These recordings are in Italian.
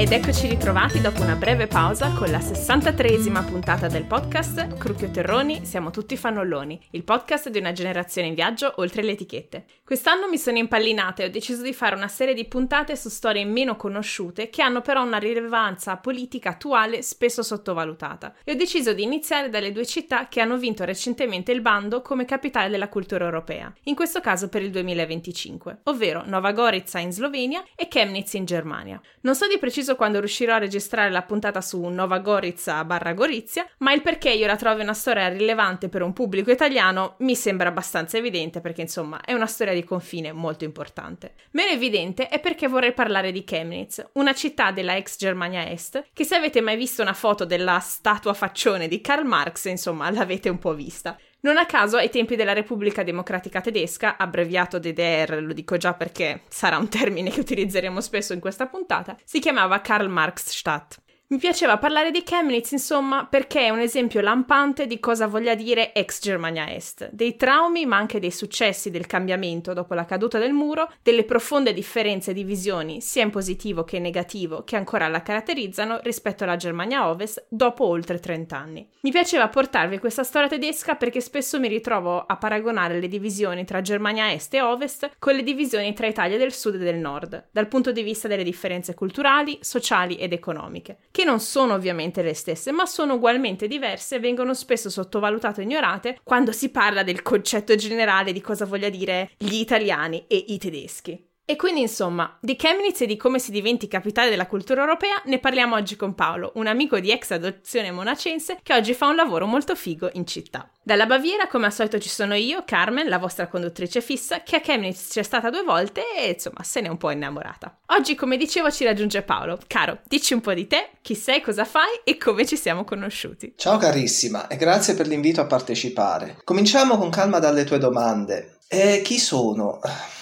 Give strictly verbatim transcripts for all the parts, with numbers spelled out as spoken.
Ed eccoci ritrovati dopo una breve pausa con la sessantatreesima puntata del podcast Crucchio Terroni, siamo tutti fannolloni, il podcast di una generazione in viaggio oltre le etichette. Quest'anno mi sono impallinata e ho deciso di fare una serie di puntate su storie meno conosciute che hanno però una rilevanza politica attuale spesso sottovalutata. E ho deciso di iniziare dalle due città che hanno vinto recentemente il bando come capitale della cultura europea, in questo caso per il duemilaventicinque, ovvero Nova Gorica in Slovenia e Chemnitz in Germania. Non so di preciso quando riuscirò a registrare la puntata su Nova Gorica barra Gorizia, ma il perché io la trovi una storia rilevante per un pubblico italiano mi sembra abbastanza evidente, perché insomma è una storia di confine molto importante. Meno evidente è perché vorrei parlare di Chemnitz, una città della ex Germania Est, che se avete mai visto una foto della statua faccione di Karl Marx, insomma l'avete un po' vista. Non a caso, ai tempi della Repubblica Democratica Tedesca, abbreviato D D R, lo dico già perché sarà un termine che utilizzeremo spesso in questa puntata, si chiamava Karl-Marx-Stadt. Mi piaceva parlare di Chemnitz, insomma, perché è un esempio lampante di cosa voglia dire ex Germania Est, dei traumi ma anche dei successi del cambiamento dopo la caduta del muro, delle profonde differenze e divisioni, sia in positivo che in negativo, che ancora la caratterizzano rispetto alla Germania Ovest dopo oltre trenta anni. Mi piaceva portarvi questa storia tedesca perché spesso mi ritrovo a paragonare le divisioni tra Germania Est e Ovest con le divisioni tra Italia del Sud e del Nord, dal punto di vista delle differenze culturali, sociali ed economiche, che non sono ovviamente le stesse, ma sono ugualmente diverse e vengono spesso sottovalutate e ignorate quando si parla del concetto generale di cosa voglia dire gli italiani e i tedeschi. E quindi insomma, di Chemnitz e di come si diventi capitale della cultura europea ne parliamo oggi con Paolo, un amico di ex adozione monacense che oggi fa un lavoro molto figo in città. Dalla Baviera, come al solito, ci sono io, Carmen, la vostra conduttrice fissa, che a Chemnitz c'è stata due volte e insomma se n'è un po' innamorata. Oggi, come dicevo, ci raggiunge Paolo. Caro, dici un po' di te, chi sei, cosa fai e come ci siamo conosciuti. Ciao carissima e grazie per l'invito a partecipare. Cominciamo con calma dalle tue domande. E chi sono?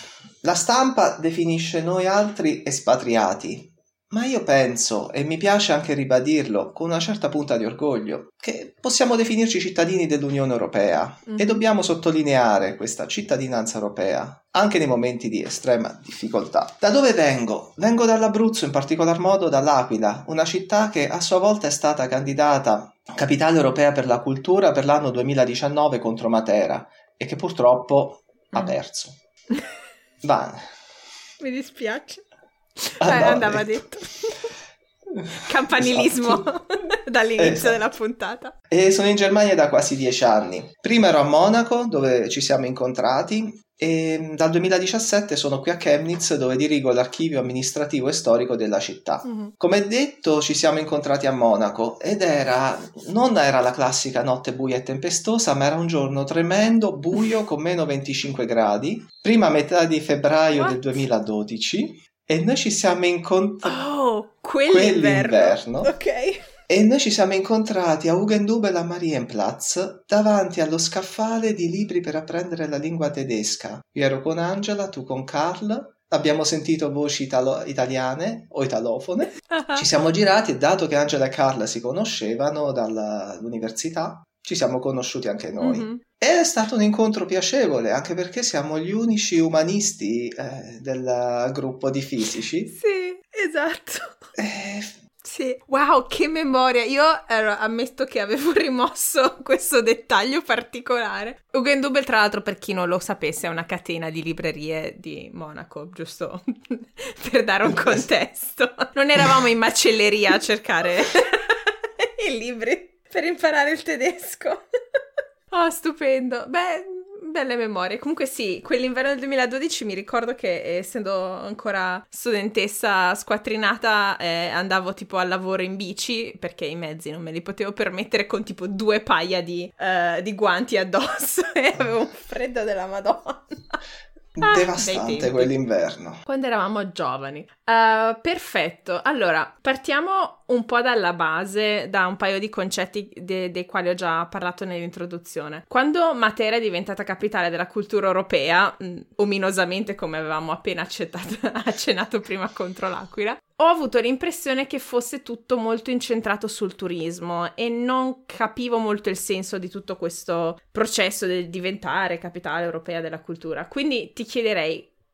La stampa definisce noi altri espatriati, ma io penso, e mi piace anche ribadirlo, con una certa punta di orgoglio, che possiamo definirci cittadini dell'Unione Europea mm. e dobbiamo sottolineare questa cittadinanza europea anche nei momenti di estrema difficoltà. Da dove vengo? Vengo dall'Abruzzo, in particolar modo dall'Aquila, una città che a sua volta è stata candidata capitale europea per la cultura per l'anno duemiladiciannove contro Matera e che purtroppo mm. ha perso. Va. Mi dispiace. Ah, eh, no, andava detto. Campanilismo esatto. Dall'inizio esatto. della puntata. E sono in Germania da quasi dieci anni. Prima ero a Monaco, dove ci siamo incontrati, e dal duemiladiciassette sono qui a Chemnitz, dove dirigo l'archivio amministrativo e storico della città. Mm-hmm. Come detto, ci siamo incontrati a Monaco ed era non era la classica notte buia e tempestosa, ma era un giorno tremendo, buio, con meno venticinque gradi, prima metà di febbraio What? del duemiladodici, e noi ci siamo incontrati. Oh, quell'inverno. quell'inverno. Ok. E noi ci siamo incontrati a Hugendubel a Marienplatz davanti allo scaffale di libri per apprendere la lingua tedesca. Io ero con Angela, tu con Carl, abbiamo sentito voci italo- italiane o italofone, uh-huh. Ci siamo girati e dato che Angela e Carl si conoscevano dall'università, ci siamo conosciuti anche noi. Mm-hmm. E è stato un incontro piacevole, anche perché siamo gli unici umanisti eh, del gruppo di fisici. Sì, esatto. Eh, Sì, wow, che memoria! Io ero, ammetto che avevo rimosso questo dettaglio particolare. Hugendubel, tra l'altro, per chi non lo sapesse, è una catena di librerie di Monaco, giusto per dare un contesto. Non eravamo in macelleria a cercare i libri per imparare il tedesco. Oh, stupendo! Beh, belle memorie. Comunque sì, quell'inverno del duemiladodici mi ricordo che essendo ancora studentessa squattrinata eh, andavo tipo al lavoro in bici perché i mezzi non me li potevo permettere con tipo due paia di, uh, di guanti addosso e avevo un freddo della Madonna. Devastante ah, quell'inverno. Quando eravamo giovani. Uh, perfetto. Allora, partiamo un po' dalla base, da un paio di concetti de- dei quali ho già parlato nell'introduzione. Quando Matera è diventata capitale della cultura europea, mh, ominosamente come avevamo appena accettato, accennato prima contro l'Aquila, ho avuto l'impressione che fosse tutto molto incentrato sul turismo e non capivo molto il senso di tutto questo processo del diventare capitale europea della cultura. Quindi ti chiederei,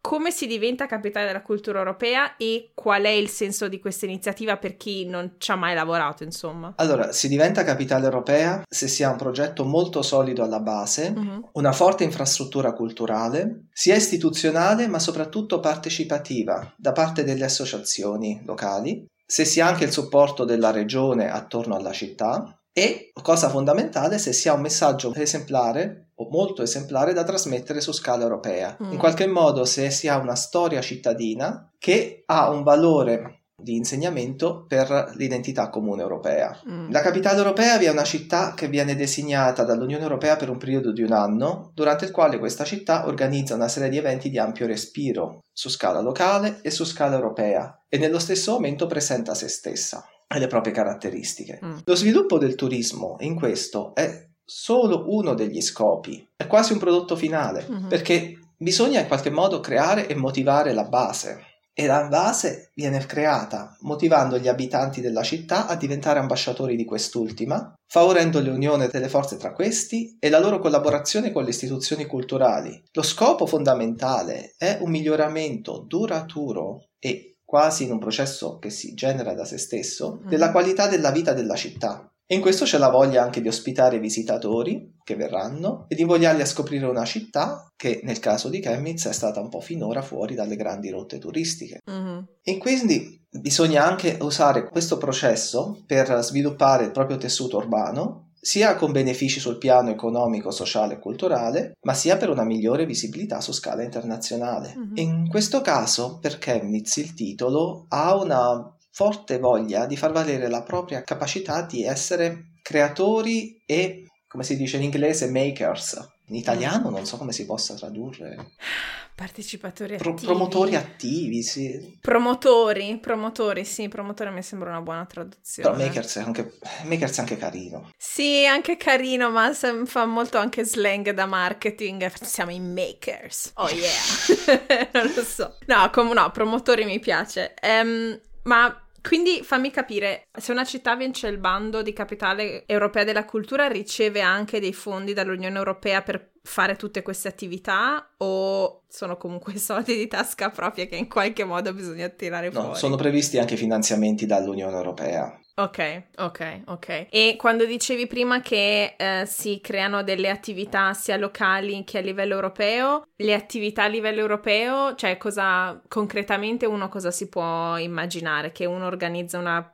come si diventa capitale della cultura europea e qual è il senso di questa iniziativa per chi non ci ha mai lavorato, insomma? Allora, si diventa capitale europea se si ha un progetto molto solido alla base, uh-huh. una forte infrastruttura culturale, sia istituzionale ma soprattutto partecipativa da parte delle associazioni locali, se si ha anche il supporto della regione attorno alla città e, cosa fondamentale, se si ha un messaggio esemplare o molto esemplare da trasmettere su scala europea. Mm. In qualche modo se si ha una storia cittadina che ha un valore di insegnamento per l'identità comune europea. Mm. La capitale europea vi è una città che viene designata dall'Unione Europea per un periodo di un anno, durante il quale questa città organizza una serie di eventi di ampio respiro, su scala locale e su scala europea, e nello stesso momento presenta se stessa e le proprie caratteristiche. Mm. Lo sviluppo del turismo in questo è solo uno degli scopi, è quasi un prodotto finale, mm-hmm. perché bisogna in qualche modo creare e motivare la base. E la base viene creata motivando gli abitanti della città a diventare ambasciatori di quest'ultima, favorendo l'unione delle forze tra questi e la loro collaborazione con le istituzioni culturali. Lo scopo fondamentale è un miglioramento duraturo e quasi in un processo che si genera da se stesso, della qualità della vita della città. E in questo c'è la voglia anche di ospitare visitatori che verranno e di invogliarli a scoprire una città che nel caso di Chemnitz è stata un po' finora fuori dalle grandi rotte turistiche. Mm-hmm. E quindi bisogna anche usare questo processo per sviluppare il proprio tessuto urbano, sia con benefici sul piano economico, sociale e culturale, ma sia per una migliore visibilità su scala internazionale. Mm-hmm. In questo caso, per Chemnitz, il titolo ha una forte voglia di far valere la propria capacità di essere creatori e, come si dice in inglese, makers. In italiano non so come si possa tradurre. Partecipatori Pro- attivi. Promotori attivi, sì. Promotori, promotori, sì, promotori mi sembra una buona traduzione. Però makers è anche, makers è anche carino. Sì, anche carino, ma fa molto anche slang da marketing. Siamo i makers. Oh yeah. Non lo so. No, come no, promotori mi piace. Um, ma... Quindi fammi capire, se una città vince il bando di capitale europea della cultura, riceve anche dei fondi dall'Unione Europea per fare tutte queste attività o sono comunque soldi di tasca propria che in qualche modo bisogna tirare no, fuori? Sono previsti anche finanziamenti dall'Unione Europea. Ok, ok, ok. E quando dicevi prima che eh, si creano delle attività sia locali che a livello europeo, le attività a livello europeo, cioè cosa concretamente uno cosa si può immaginare? Che uno organizza una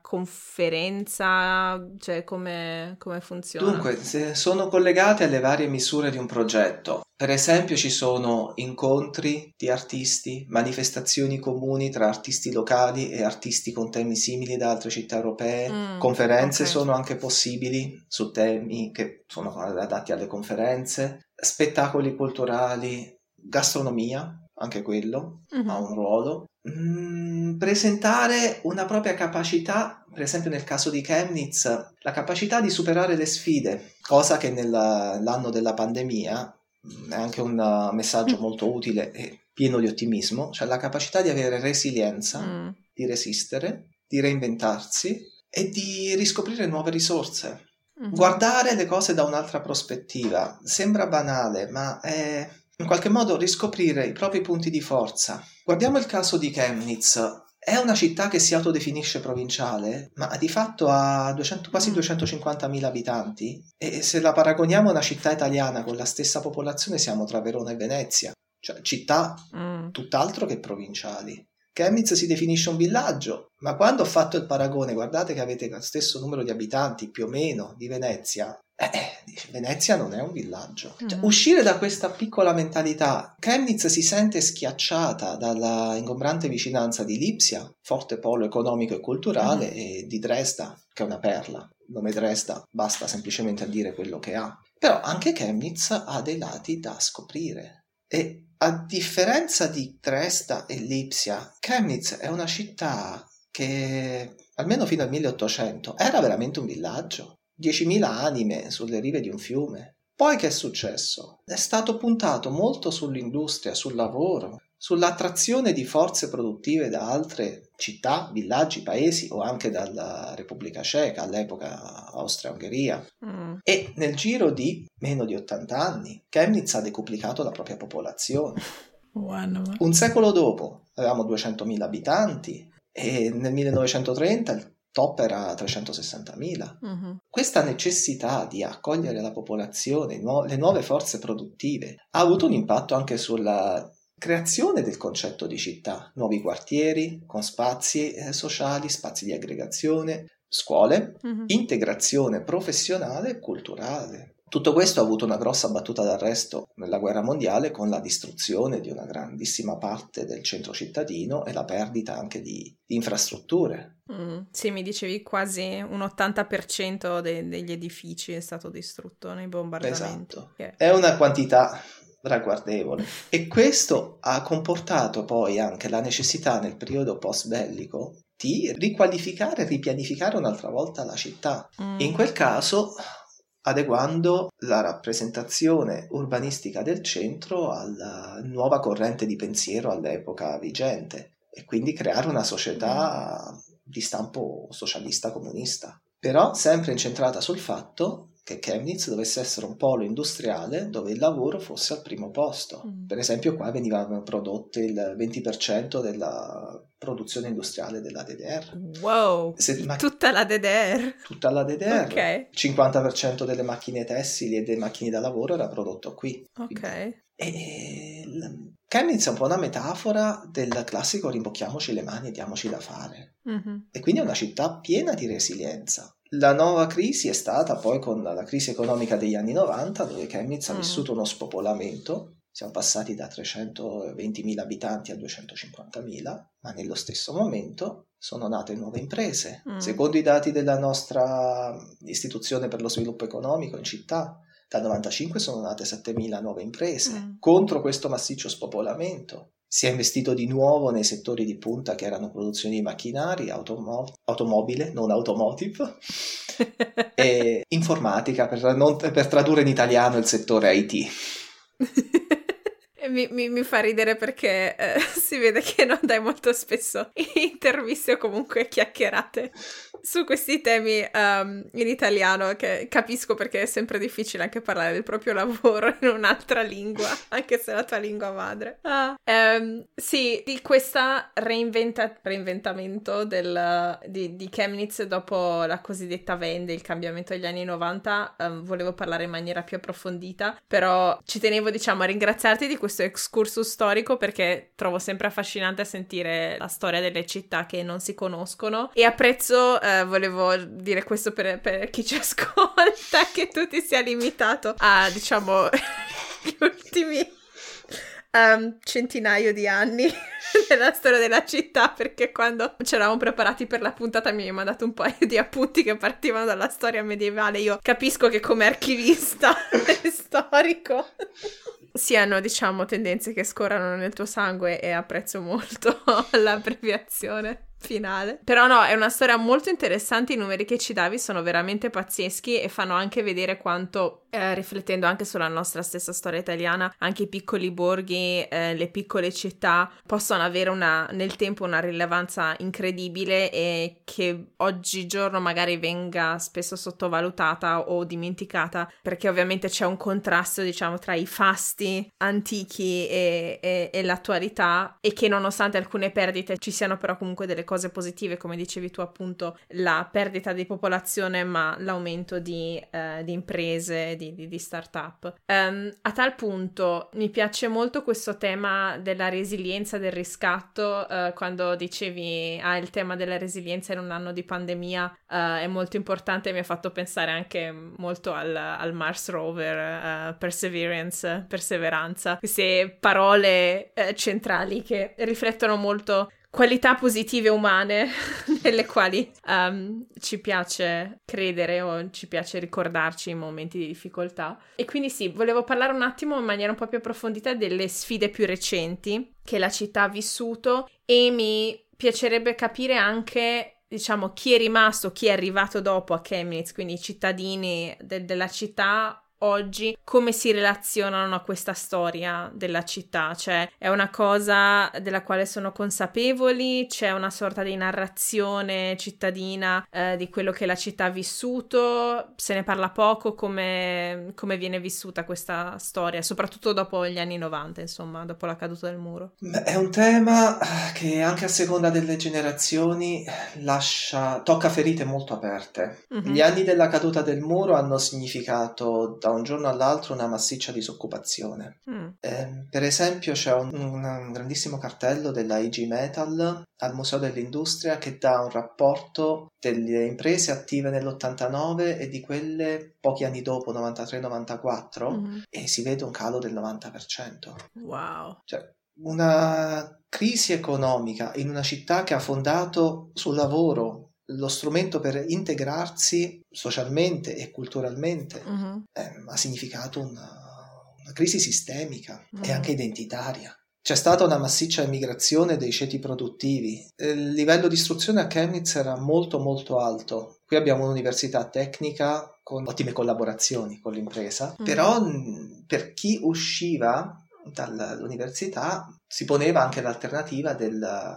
conferenza, cioè come, come funziona? Dunque, se sono collegate alle varie misure di un progetto. Per esempio ci sono incontri di artisti, manifestazioni comuni tra artisti locali e artisti con temi simili da altre città europee, mm, conferenze okay. sono anche possibili su temi che sono adatti alle conferenze, spettacoli culturali, gastronomia, anche quello mm-hmm. ha un ruolo. Mm, presentare una propria capacità, per esempio nel caso di Chemnitz, la capacità di superare le sfide, cosa che nell'anno della pandemia è anche un messaggio molto utile e pieno di ottimismo, cioè la capacità di avere resilienza, mm. di resistere, di reinventarsi e di riscoprire nuove risorse. Mm-hmm. Guardare le cose da un'altra prospettiva. Sembra banale, ma è in qualche modo riscoprire i propri punti di forza. Guardiamo il caso di Chemnitz. È una città che si autodefinisce provinciale, ma di fatto ha duecento, quasi duecentocinquantamila abitanti e se la paragoniamo a una città italiana con la stessa popolazione siamo tra Verona e Venezia, cioè città mm. tutt'altro che provinciali. Chemnitz si definisce un villaggio, ma quando ho fatto il paragone, guardate che avete lo stesso numero di abitanti più o meno di Venezia, eh, dice, Venezia non è un villaggio. Mm. Cioè, uscire da questa piccola mentalità, Chemnitz si sente schiacciata dalla ingombrante vicinanza di Lipsia, forte polo economico e culturale, mm. e di Dresda, che è una perla. Il nome Dresda basta semplicemente a dire quello che ha. Però anche Chemnitz ha dei lati da scoprire. E a differenza di Dresda e Lipsia, Chemnitz è una città che, almeno fino al milleottocento, era veramente un villaggio. diecimila anime sulle rive di un fiume. Poi che è successo? È stato puntato molto sull'industria, sul lavoro, sull'attrazione di forze produttive da altre città, villaggi, paesi o anche dalla Repubblica Ceca, all'epoca Austria-Ungheria. Mm. E nel giro di meno di ottanta anni Chemnitz ha decuplicato la propria popolazione. Wow. Un secolo dopo avevamo duecentomila abitanti e nel millenovecentotrenta il top era trecentosessantamila. Uh-huh. Questa necessità di accogliere la popolazione, nu- le nuove forze produttive, ha avuto un impatto anche sulla creazione del concetto di città, nuovi quartieri con spazi eh, sociali, spazi di aggregazione, scuole, uh-huh. integrazione professionale e culturale. Tutto questo ha avuto una grossa battuta d'arresto nella guerra mondiale con la distruzione di una grandissima parte del centro cittadino e la perdita anche di, di infrastrutture. Mm, sì, mi dicevi quasi un ottanta per cento de- degli edifici è stato distrutto nei bombardamenti. Esatto, che... è una quantità ragguardevole e questo ha comportato poi anche la necessità nel periodo post bellico di riqualificare e ripianificare un'altra volta la città. Mm. In quel caso adeguando la rappresentazione urbanistica del centro alla nuova corrente di pensiero all'epoca vigente e quindi creare una società di stampo socialista comunista, però sempre incentrata sul fatto che Chemnitz dovesse essere un polo industriale dove il lavoro fosse al primo posto. Mm. Per esempio qua veniva prodotto il venti per cento della produzione industriale della D D R. Wow, Se, ma... tutta la D D R? Tutta la D D R. Ok. Il cinquanta per cento delle macchine tessili e delle macchine da lavoro era prodotto qui. Ok. E Chemnitz è un po' una metafora del classico rimbocchiamoci le mani e diamoci da fare. Mm-hmm. E quindi è una città piena di resilienza. La nuova crisi è stata poi con la crisi economica degli anni novanta, dove Chemnitz mm. ha vissuto uno spopolamento. Siamo passati da trecentoventimila abitanti a duecentocinquantamila, ma nello stesso momento sono nate nuove imprese. Mm. Secondo i dati della nostra istituzione per lo sviluppo economico in città, dal novantacinque sono nate settemila nuove imprese. Mm. Contro questo massiccio spopolamento si è investito di nuovo nei settori di punta che erano produzioni di macchinari, automo- automobile, non automotive, e informatica, per, non, per tradurre in italiano il settore I T. Mi, mi, mi fa ridere perché eh, si vede che non dai molto spesso interviste o comunque chiacchierate su questi temi um, in italiano, che capisco perché è sempre difficile anche parlare del proprio lavoro in un'altra lingua, anche se è la tua lingua madre. Ah. Um, sì, di questa reinventa- reinventamento del, di, di Chemnitz dopo la cosiddetta Wende, il cambiamento degli anni novanta, um, volevo parlare in maniera più approfondita, però ci tenevo, diciamo, a ringraziarti di questo excursus storico perché trovo sempre affascinante sentire la storia delle città che non si conoscono e apprezzo, eh, volevo dire questo per, per chi ci ascolta, che tu ti sia limitato a, diciamo, gli ultimi um, centinaio di anni della storia della città, perché quando ci eravamo preparati per la puntata mi hai mandato un paio di appunti che partivano dalla storia medievale. Io capisco che come archivista storico siano, diciamo, tendenze che scorrano nel tuo sangue e apprezzo molto l'abbreviazione finale. Però no, è una storia molto interessante, i numeri che ci davi sono veramente pazzeschi e fanno anche vedere quanto, eh, riflettendo anche sulla nostra stessa storia italiana, anche i piccoli borghi, eh, le piccole città possono avere una, nel tempo una rilevanza incredibile e che oggigiorno magari venga spesso sottovalutata o dimenticata, perché ovviamente c'è un contrasto, diciamo, tra i fasti antichi e, e, e l'attualità, e che nonostante alcune perdite ci siano però comunque delle cose positive, come dicevi tu, appunto la perdita di popolazione ma l'aumento di, eh, di imprese, di, di, di start-up. Um, a tal punto mi piace molto questo tema della resilienza, del riscatto, uh, quando dicevi ah il tema della resilienza in un anno di pandemia uh, è molto importante, mi ha fatto pensare anche molto al, al Mars rover, uh, Perseverance, perseveranza, queste parole uh, centrali che riflettono molto qualità positive umane nelle quali um, ci piace credere o ci piace ricordarci in momenti di difficoltà. E quindi sì, volevo parlare un attimo in maniera un po' più approfondita delle sfide più recenti che la città ha vissuto, e mi piacerebbe capire anche, diciamo, chi è rimasto, chi è arrivato dopo a Chemnitz, quindi i cittadini de- della città oggi come si relazionano a questa storia della città, cioè è una cosa della quale sono consapevoli, c'è una sorta di narrazione cittadina eh, di quello che la città ha vissuto, se ne parla poco, come, come viene vissuta questa storia, soprattutto dopo gli anni novanta, insomma, dopo la caduta del muro. Beh, è un tema che anche a seconda delle generazioni lascia, tocca ferite molto aperte. Mm-hmm. Gli anni della caduta del muro hanno significato da un giorno all'altro una massiccia disoccupazione. Mm. Eh, per esempio c'è un, un grandissimo cartello della I G Metal al Museo dell'Industria che dà un rapporto delle imprese attive nell'ottantanove e di quelle pochi anni dopo, novantatré novantaquattro, mm-hmm. e si vede un calo del novanta per cento. Wow! Cioè, una crisi economica in una città che ha fondato sul lavoro lo strumento per integrarsi socialmente e culturalmente, uh-huh. eh, ha significato una, una crisi sistemica uh-huh. e anche identitaria. C'è stata una massiccia emigrazione dei ceti produttivi. Il livello di istruzione a Chemnitz era molto molto alto. Qui abbiamo un'università tecnica con ottime collaborazioni con l'impresa, uh-huh. però mh, per chi usciva dall'università si poneva anche l'alternativa del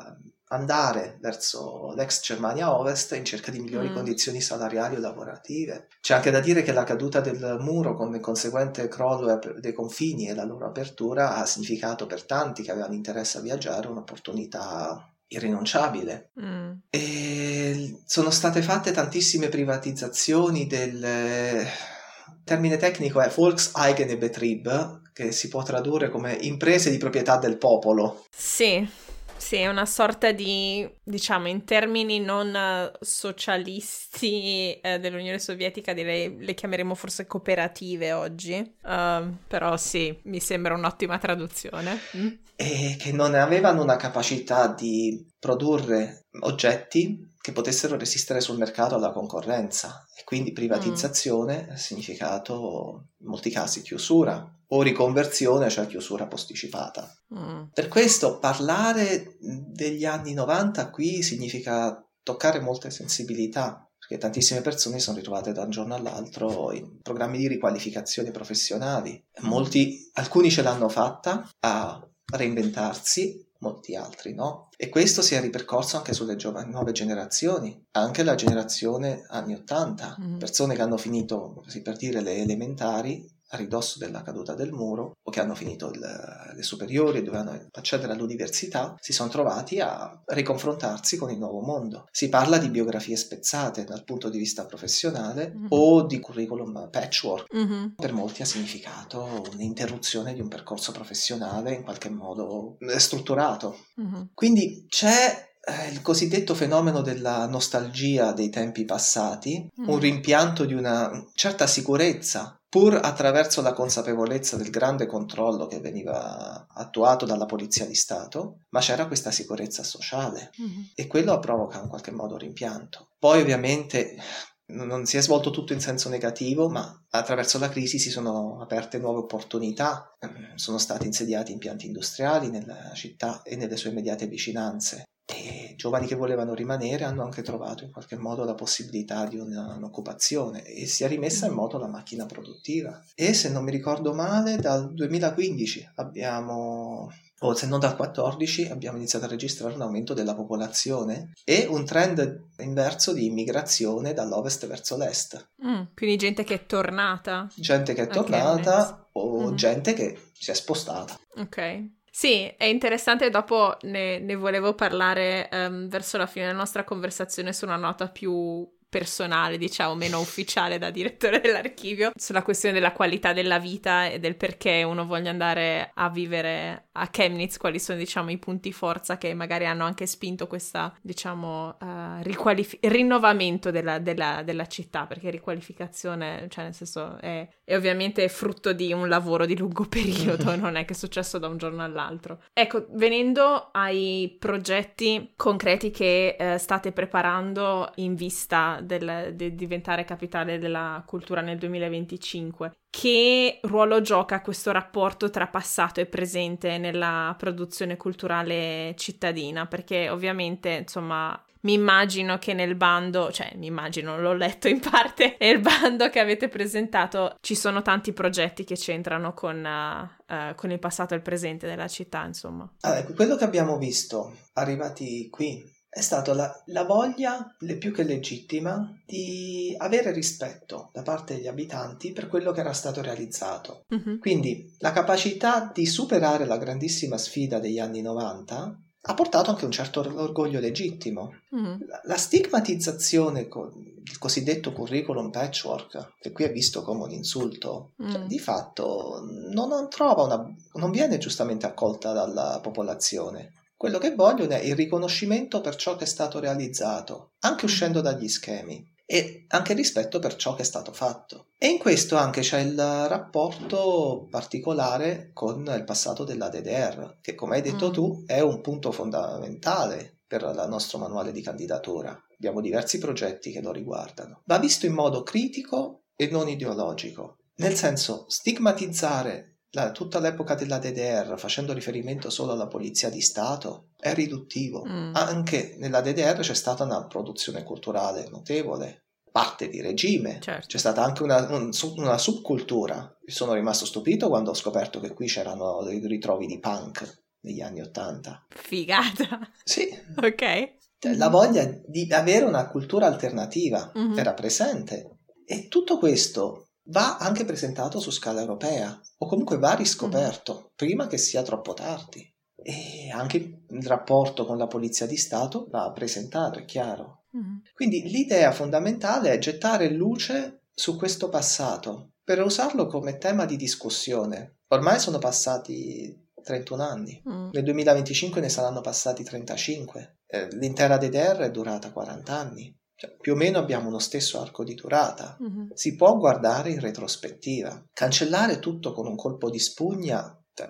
andare verso l'ex Germania Ovest in cerca di migliori mm. condizioni salariali o lavorative. C'è anche da dire che la caduta del muro con il conseguente crollo dei confini e la loro apertura ha significato per tanti che avevano interesse a viaggiare un'opportunità irrinunciabile. Mm. E sono state fatte tantissime privatizzazioni del... Il termine tecnico è Volkseigene Betrieb, che si può tradurre come imprese di proprietà del popolo. Sì, sì, è una sorta di, diciamo, in termini non socialisti eh, dell'Unione Sovietica, direi le chiameremo forse cooperative oggi, uh, però sì, mi sembra un'ottima traduzione. Mm. E che non avevano una capacità di produrre oggetti che potessero resistere sul mercato alla concorrenza, e quindi privatizzazione mm. ha significato in molti casi chiusura o riconversione, cioè chiusura posticipata. Mm. Per questo parlare degli anni novanta qui significa toccare molte sensibilità, perché tantissime persone si sono ritrovate da un giorno all'altro in programmi di riqualificazione professionali. Molti, alcuni ce l'hanno fatta a reinventarsi, molti altri no, e questo si è ripercorso anche sulle giovani nuove generazioni, anche la generazione anni ottanta, mm. persone che hanno finito, così per dire, le elementari a ridosso della caduta del muro o che hanno finito il, le superiori e dovevano accedere all'università, si sono trovati a riconfrontarsi con il nuovo mondo. Si parla di biografie spezzate dal punto di vista professionale mm-hmm. o di curriculum patchwork. Mm-hmm. Per molti ha significato un'interruzione di un percorso professionale in qualche modo strutturato. Mm-hmm. Quindi c'è il cosiddetto fenomeno della nostalgia dei tempi passati, mm. un rimpianto di una certa sicurezza, pur attraverso la consapevolezza del grande controllo che veniva attuato dalla Polizia di Stato, ma c'era questa sicurezza sociale mm. e quello provoca in qualche modo rimpianto. Poi ovviamente non si è svolto tutto in senso negativo, ma attraverso la crisi si sono aperte nuove opportunità, sono stati insediati impianti industriali nella città e nelle sue immediate vicinanze. E giovani che volevano rimanere hanno anche trovato in qualche modo la possibilità di una, un'occupazione e si è rimessa in moto la macchina produttiva. E se non mi ricordo male dal duemilaquindici abbiamo, o se non dal quattordici, abbiamo iniziato a registrare un aumento della popolazione e un trend inverso di immigrazione dall'ovest verso l'est. Mm, quindi gente che è tornata. Gente che è tornata o mm. gente che si è spostata. Ok. Sì, è interessante, dopo ne, ne volevo parlare um, verso la fine della nostra conversazione su una nota più personale, diciamo, meno ufficiale da direttore dell'archivio, sulla questione della qualità della vita e del perché uno voglia andare a vivere a Chemnitz, quali sono, diciamo, i punti forza che magari hanno anche spinto questa, diciamo, uh, riqualif- rinnovamento della, della, della città, perché riqualificazione, cioè nel senso, è, è ovviamente frutto di un lavoro di lungo periodo, non è che è successo da un giorno all'altro. Ecco, venendo ai progetti concreti che uh, state preparando in vista del, di diventare capitale della cultura nel duemilaventicinque, che ruolo gioca questo rapporto tra passato e presente nella produzione culturale cittadina? Perché ovviamente, insomma, mi immagino che nel bando, cioè mi immagino, l'ho letto in parte, nel bando che avete presentato ci sono tanti progetti che c'entrano con, uh, uh, con il passato e il presente della città, insomma. Ah, quello che abbiamo visto arrivati qui è stata la, la voglia, le più che legittima, di avere rispetto da parte degli abitanti per quello che era stato realizzato. Mm-hmm. Quindi la capacità di superare la grandissima sfida degli anni novanta ha portato anche un certo orgoglio legittimo. Mm-hmm. La, la stigmatizzazione, con il cosiddetto curriculum patchwork, che qui è visto come un insulto, mm. cioè, di fatto non, non trova una, non viene giustamente accolta dalla popolazione. Quello che vogliono è il riconoscimento per ciò che è stato realizzato, anche uscendo dagli schemi, e anche il rispetto per ciò che è stato fatto. E in questo anche c'è il rapporto particolare con il passato dell'A D D R, che come hai detto mm. tu è un punto fondamentale per il nostro manuale di candidatura. Abbiamo diversi progetti che lo riguardano. Va visto in modo critico e non ideologico, nel senso stigmatizzare La, tutta l'epoca dell'A D D R facendo riferimento solo alla polizia di Stato è riduttivo. Mm. Anche nell'A D D R c'è stata una produzione culturale notevole, parte di regime, certo. C'è stata anche una, un, una subcultura. Sono rimasto stupito quando ho scoperto che qui c'erano dei ritrovi di punk negli anni Ottanta. Figata. Sì. Ok. La voglia di avere una cultura alternativa mm-hmm. era presente, e tutto questo va anche presentato su scala europea, o comunque va riscoperto mm-hmm. prima che sia troppo tardi. E anche il rapporto con la polizia di Stato va a presentare, è chiaro. Mm-hmm. Quindi l'idea fondamentale è gettare luce su questo passato per usarlo come tema di discussione. Ormai sono passati trentuno anni, mm. nel duemilaventicinque ne saranno passati trentacinque, eh, l'intera D D R è durata quaranta anni. Cioè, più o meno abbiamo uno stesso arco di durata. Mm-hmm. Si può guardare in retrospettiva. Cancellare tutto con un colpo di spugna è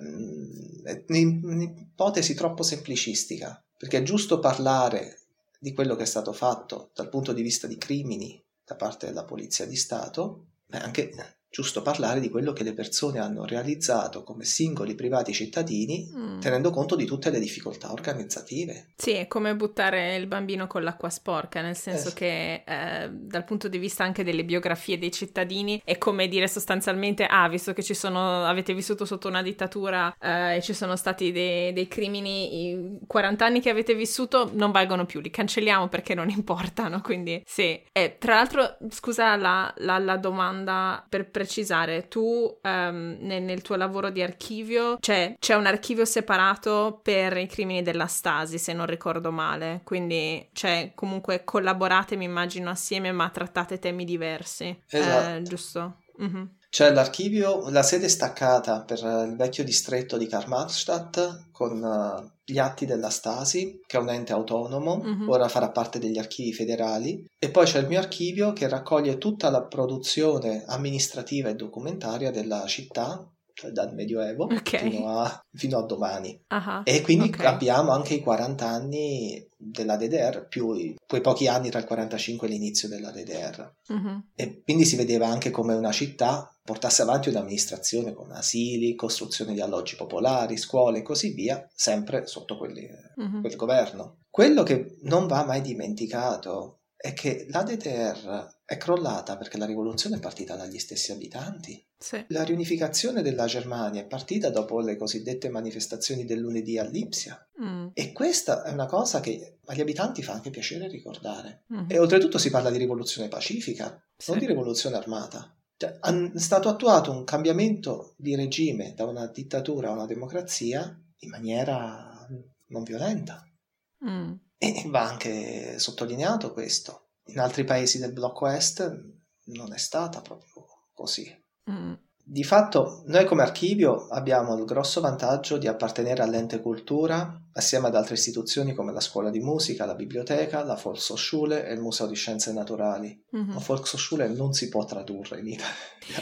un'ipotesi troppo semplicistica, perché è giusto parlare di quello che è stato fatto dal punto di vista di crimini da parte della polizia di Stato, ma è anche giusto parlare di quello che le persone hanno realizzato come singoli privati cittadini, mm. tenendo conto di tutte le difficoltà organizzative. Sì, è come buttare il bambino con l'acqua sporca, nel senso eh. che eh, dal punto di vista anche delle biografie dei cittadini è come dire sostanzialmente, ah, visto che ci sono, avete vissuto sotto una dittatura eh, e ci sono stati dei, dei crimini, i quaranta anni che avete vissuto non valgono più, li cancelliamo perché non importano, quindi sì. E tra l'altro, scusa la, la, la domanda per precisare, tu um, nel, nel tuo lavoro di archivio cioè, c'è un archivio separato per i crimini della Stasi, se non ricordo male, quindi cioè, comunque collaborate, mi immagino, assieme, ma trattate temi diversi. Esatto. Eh, giusto? Mm-hmm. C'è l'archivio, la sede staccata per il vecchio distretto di Karl-Marx-Stadt con uh, gli atti della Stasi, che è un ente autonomo, mm-hmm. ora farà parte degli archivi federali, e poi c'è il mio archivio che raccoglie tutta la produzione amministrativa e documentaria della città, cioè dal Medioevo okay. fino, a, fino a domani. Uh-huh. E quindi okay. abbiamo anche i quaranta anni della D D R, più i, quei pochi anni tra il quarantacinque e l'inizio della D D R. Uh-huh. E quindi si vedeva anche come una città portasse avanti un'amministrazione con asili, costruzione di alloggi popolari, scuole e così via, sempre sotto quelli, uh-huh. quel governo. Quello che non va mai dimenticato è che la D D R è crollata perché la rivoluzione è partita dagli stessi abitanti. Sì. La riunificazione della Germania è partita dopo le cosiddette manifestazioni del lunedì a Lipsia. Mm. E questa è una cosa che agli abitanti fa anche piacere ricordare. Mm. E oltretutto si parla di rivoluzione pacifica, sì. non di rivoluzione armata. Cioè, è stato attuato un cambiamento di regime da una dittatura a una democrazia in maniera non violenta. Mm. E va anche sottolineato questo. In altri paesi del blocco est non è stata proprio così. Mm. Di fatto noi come archivio abbiamo il grosso vantaggio di appartenere all'ente cultura assieme ad altre istituzioni come la scuola di musica, la biblioteca, la Volkshochschule e il museo di scienze naturali. Mm-hmm. La Volkshochschule non si può tradurre in Italia.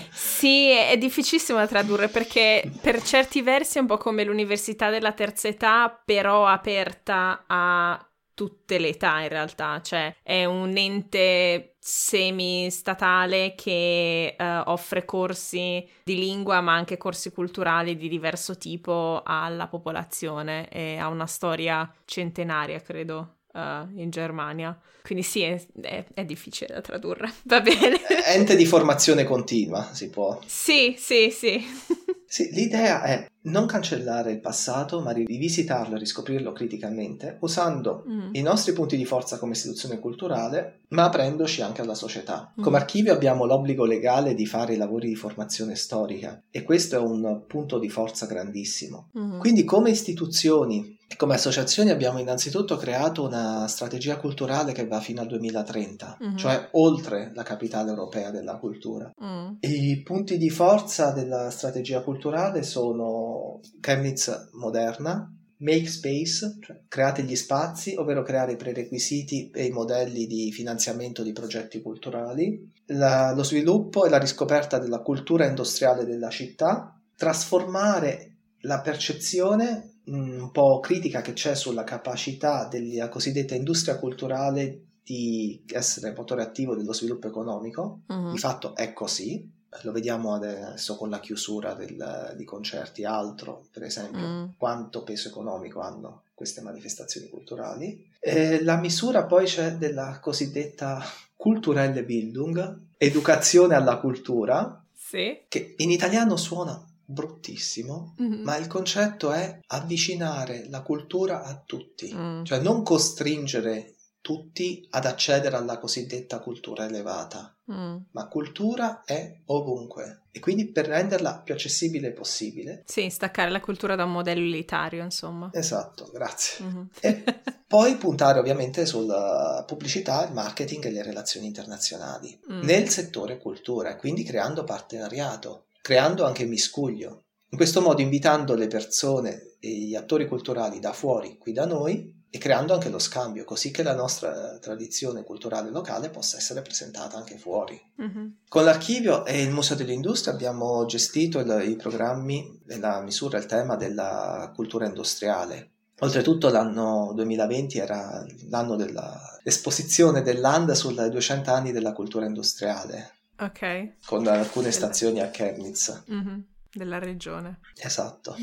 Sì, è difficilissimo da tradurre perché per certi versi è un po' come l'università della terza età, però aperta a tutte le età in realtà, cioè è un ente semi-statale che uh, offre corsi di lingua ma anche corsi culturali di diverso tipo alla popolazione e ha una storia centenaria, credo. uh, in Germania. Quindi sì, è, è, è difficile da tradurre, va bene. Ente di formazione continua, si può. Sì, sì, sì. Sì, l'idea è non cancellare il passato, ma rivisitarlo e riscoprirlo criticamente, usando mm. i nostri punti di forza come istituzione culturale, ma aprendoci anche alla società. Mm. Come archivio abbiamo l'obbligo legale di fare i lavori di formazione storica, e questo è un punto di forza grandissimo. Mm. Quindi come istituzioni e come associazioni abbiamo innanzitutto creato una strategia culturale che va fino al duemilatrenta, mm. cioè oltre la capitale europea della cultura. Mm. I punti di forza della strategia culturale sono Chemnitz moderna, make space, cioè create gli spazi, ovvero creare i prerequisiti e i modelli di finanziamento di progetti culturali, la, lo sviluppo e la riscoperta della cultura industriale della città, trasformare la percezione un po' critica che c'è sulla capacità della cosiddetta industria culturale di essere motore attivo dello sviluppo economico. Uh-huh. Di fatto è così. Lo vediamo adesso con la chiusura del, di concerti, altro per esempio, mm. quanto peso economico hanno queste manifestazioni culturali. E la misura poi c'è della cosiddetta Kulturelle Bildung, educazione alla cultura, sì. che in italiano suona bruttissimo, mm-hmm. ma il concetto è avvicinare la cultura a tutti, mm. cioè non costringere tutti ad accedere alla cosiddetta cultura elevata, mm. ma cultura è ovunque, e quindi per renderla più accessibile possibile. Sì, staccare la cultura da un modello elitario, insomma. Esatto, grazie. Mm-hmm. E poi puntare ovviamente sulla pubblicità, il marketing e le relazioni internazionali mm. nel settore cultura, quindi creando partenariato, creando anche miscuglio. In questo modo invitando le persone e gli attori culturali da fuori qui da noi, e creando anche lo scambio, così che la nostra tradizione culturale locale possa essere presentata anche fuori. Mm-hmm. Con l'Archivio e il Museo dell'Industria abbiamo gestito il, i programmi e la misura, il tema della cultura industriale. Oltretutto l'anno duemilaventi era l'anno dell'esposizione dell'A N D sui duecento anni della cultura industriale. Ok. Con alcune stazioni a Chemnitz. Mm-hmm. Della regione. Esatto.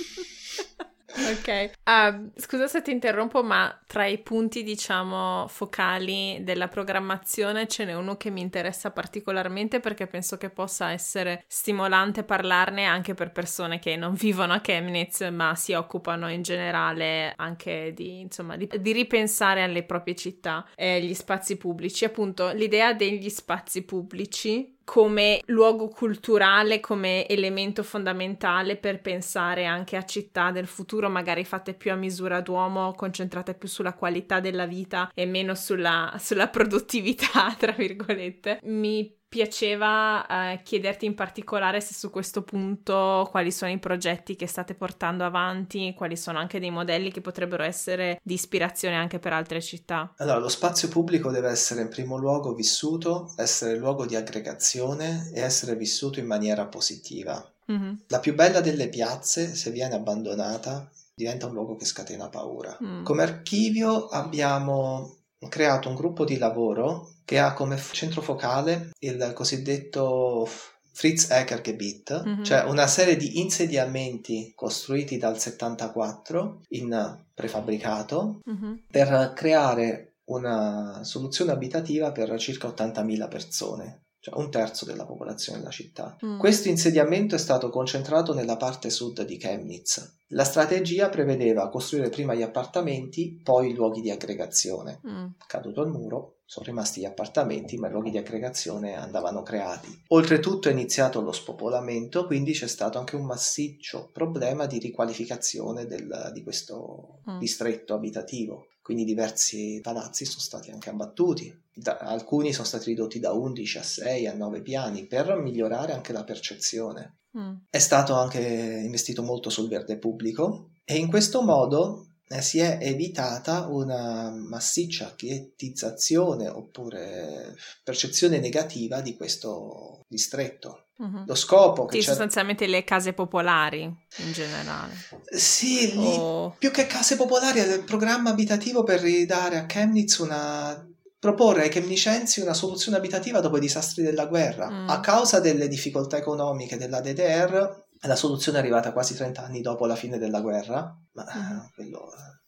Ok, uh, scusa se ti interrompo, ma tra i punti, diciamo, focali della programmazione ce n'è uno che mi interessa particolarmente, perché penso che possa essere stimolante parlarne anche per persone che non vivono a Chemnitz ma si occupano in generale anche di, insomma, di, di ripensare alle proprie città e gli spazi pubblici. Appunto, l'idea degli spazi pubblici come luogo culturale, come elemento fondamentale per pensare anche a città del futuro, magari fatte più a misura d'uomo, concentrate più sulla qualità della vita e meno sulla, sulla produttività, tra virgolette. Mi piaceva eh, chiederti in particolare se su questo punto quali sono i progetti che state portando avanti, quali sono anche dei modelli che potrebbero essere di ispirazione anche per altre città. Allora, lo spazio pubblico deve essere in primo luogo vissuto, essere luogo di aggregazione e essere vissuto in maniera positiva. Mm-hmm. La più bella delle piazze, se viene abbandonata, diventa un luogo che scatena paura. Mm. Come Archivio abbiamo creato un gruppo di lavoro che ha come centro focale il cosiddetto Fritz-Ecker-Gebiet, mm-hmm. cioè una serie di insediamenti costruiti dal settantaquattro in prefabbricato mm-hmm. per creare una soluzione abitativa per circa ottantamila persone, cioè un terzo della popolazione della città. Mm. Questo insediamento è stato concentrato nella parte sud di Chemnitz. La strategia prevedeva costruire prima gli appartamenti, poi i luoghi di aggregazione. Mm. Caduto il muro, sono rimasti gli appartamenti, ma i luoghi di aggregazione andavano creati. Oltretutto è iniziato lo spopolamento, quindi c'è stato anche un massiccio problema di riqualificazione del, di questo mm. distretto abitativo. Quindi diversi palazzi sono stati anche abbattuti, da, alcuni sono stati ridotti da undici a sei a nove piani per migliorare anche la percezione. Mm. È stato anche investito molto sul verde pubblico e in questo modo eh, si è evitata una massiccia ghettizzazione oppure percezione negativa di questo distretto. Uh-huh. Lo scopo che sì, c'è... sostanzialmente le case popolari in generale. Sì, lì, oh. più che case popolari è il programma abitativo per ridare a Chemnitz una... proporre ai chemnicensi una soluzione abitativa dopo i disastri della guerra. Mm. A causa delle difficoltà economiche della D D R, la soluzione è arrivata quasi trenta anni dopo la fine della guerra, ma mm. quello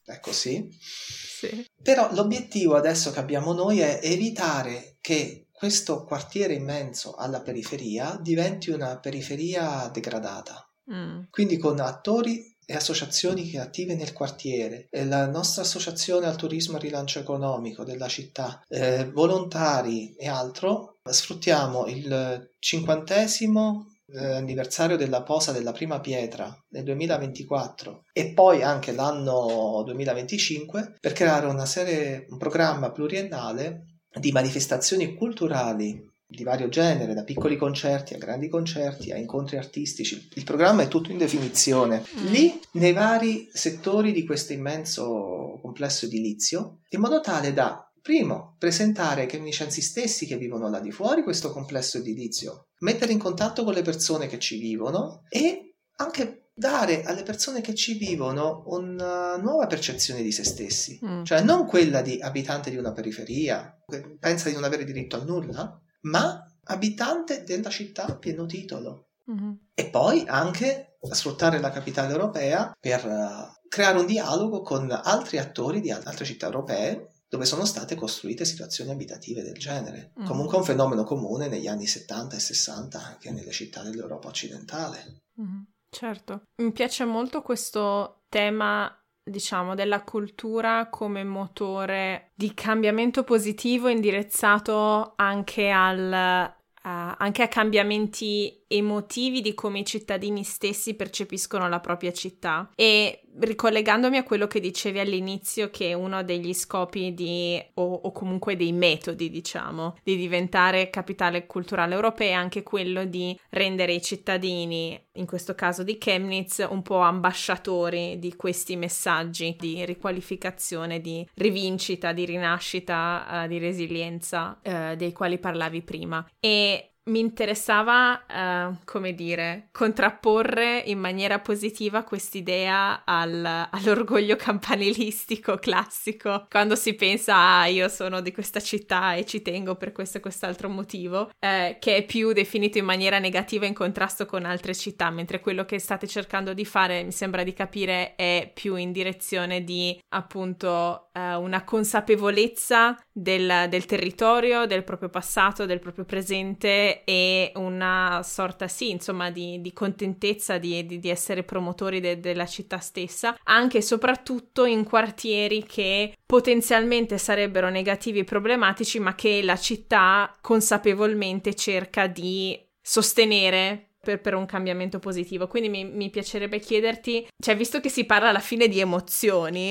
è così. Sì. Però l'obiettivo adesso che abbiamo noi è evitare che questo quartiere immenso alla periferia diventi una periferia degradata. Mm. Quindi con attori e associazioni che attive nel quartiere, e la nostra associazione al turismo e rilancio economico della città, eh, volontari e altro, sfruttiamo il cinquantesimo eh, anniversario della posa della prima pietra nel duemilaventiquattro e poi anche l'anno duemilaventicinque per creare una serie, un programma pluriennale di manifestazioni culturali di vario genere, da piccoli concerti a grandi concerti, a incontri artistici. Il programma è tutto in definizione. Lì, nei vari settori di questo immenso complesso edilizio, in modo tale da, primo, presentare ai cremnicensi stessi che vivono là di fuori questo complesso edilizio, mettere in contatto con le persone che ci vivono e anche dare alle persone che ci vivono una nuova percezione di se stessi. Mm. Cioè non quella di abitante di una periferia, che pensa di non avere diritto a nulla, ma abitante della città a pieno titolo. Mm-hmm. E poi anche sfruttare la capitale europea per uh, creare un dialogo con altri attori di altre città europee dove sono state costruite situazioni abitative del genere. Mm-hmm. Comunque un fenomeno comune negli anni settanta e sessanta anche nelle città dell'Europa occidentale. Mm-hmm. Certo. Mi piace molto questo tema, diciamo, della cultura come motore di cambiamento positivo indirizzato anche al uh, anche a cambiamenti emotivi di come i cittadini stessi percepiscono la propria città. E ricollegandomi a quello che dicevi all'inizio, che uno degli scopi di o, o comunque dei metodi, diciamo, di diventare capitale culturale europea è anche quello di rendere i cittadini, in questo caso di Chemnitz, un po' ambasciatori di questi messaggi di riqualificazione, di rivincita, di rinascita, uh, di resilienza uh, dei quali parlavi prima. E mi interessava, uh, come dire, contrapporre in maniera positiva quest'idea al, all'orgoglio campanilistico classico, quando si pensa, ah, io sono di questa città e ci tengo per questo e quest'altro motivo, eh, che è più definito in maniera negativa in contrasto con altre città, mentre quello che state cercando di fare, mi sembra di capire, è più in direzione di, appunto, uh, una consapevolezza del, del territorio, del proprio passato, del proprio presente, e una sorta, sì, insomma, di, di contentezza di, di, di essere promotori de, della città stessa, anche e soprattutto in quartieri che potenzialmente sarebbero negativi e problematici, ma che la città consapevolmente cerca di sostenere per, per un cambiamento positivo. Quindi mi, mi piacerebbe chiederti, cioè, visto che si parla alla fine di emozioni,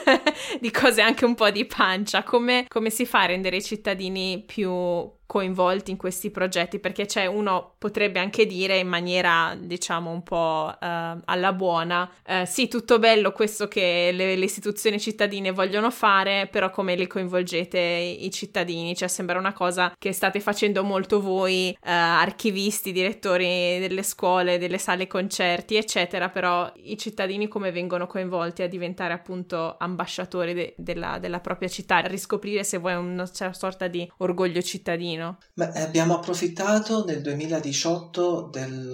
di cose anche un po' di pancia, come, come si fa a rendere i cittadini più coinvolti in questi progetti? Perché c'è, uno potrebbe anche dire in maniera, diciamo, un po' uh, alla buona, uh, sì, tutto bello questo che le, le istituzioni cittadine vogliono fare, però come li coinvolgete i cittadini? Cioè sembra una cosa che state facendo molto voi, uh, archivisti, direttori delle scuole, delle sale concerti, eccetera, però i cittadini come vengono coinvolti a diventare appunto ambasciatori de- della, della propria città, a riscoprire, se vuoi, una sorta di orgoglio cittadino? Beh, abbiamo approfittato nel duemiladiciotto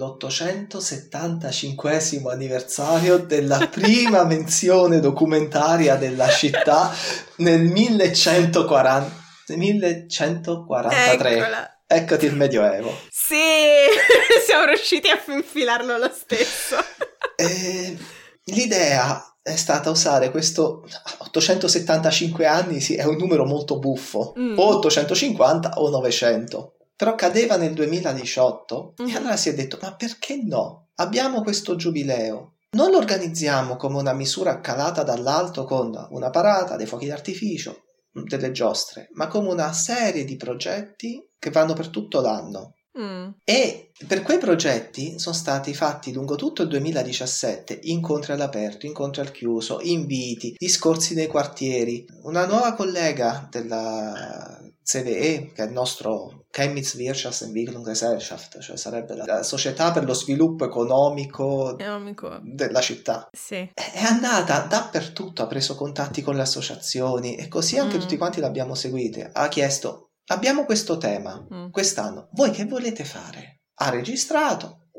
dell'ottocentosettantacinquesimo anniversario della prima menzione documentaria della città nel millecentoquaranta, millecentoquarantatré. Eccola. Eccoti il Medioevo. Sì, siamo riusciti a infilarlo lo stesso. E l'idea è stata usare questo ottocentosettantacinque anni, sì, è un numero molto buffo, mm. o ottocentocinquanta o novecento, però cadeva nel duemiladiciotto, mm. e allora si è detto, ma perché no? Abbiamo questo giubileo, non lo organizziamo come una misura calata dall'alto con una parata, dei fuochi d'artificio, delle giostre, ma come una serie di progetti che vanno per tutto l'anno. Mm. E per quei progetti sono stati fatti lungo tutto il duemiladiciassette incontri all'aperto, incontri al chiuso, inviti, discorsi nei quartieri. Una nuova collega della C V E, che è il nostro Chemnitz Wirtschaftsentwicklungsgesellschaft, cioè sarebbe la, la società per lo sviluppo economico, economico. della città, sì. È andata dappertutto, ha preso contatti con le associazioni e così anche mm. tutti quanti l'abbiamo seguite. Ha chiesto: abbiamo questo tema mm. quest'anno, voi che volete fare? Ha registrato,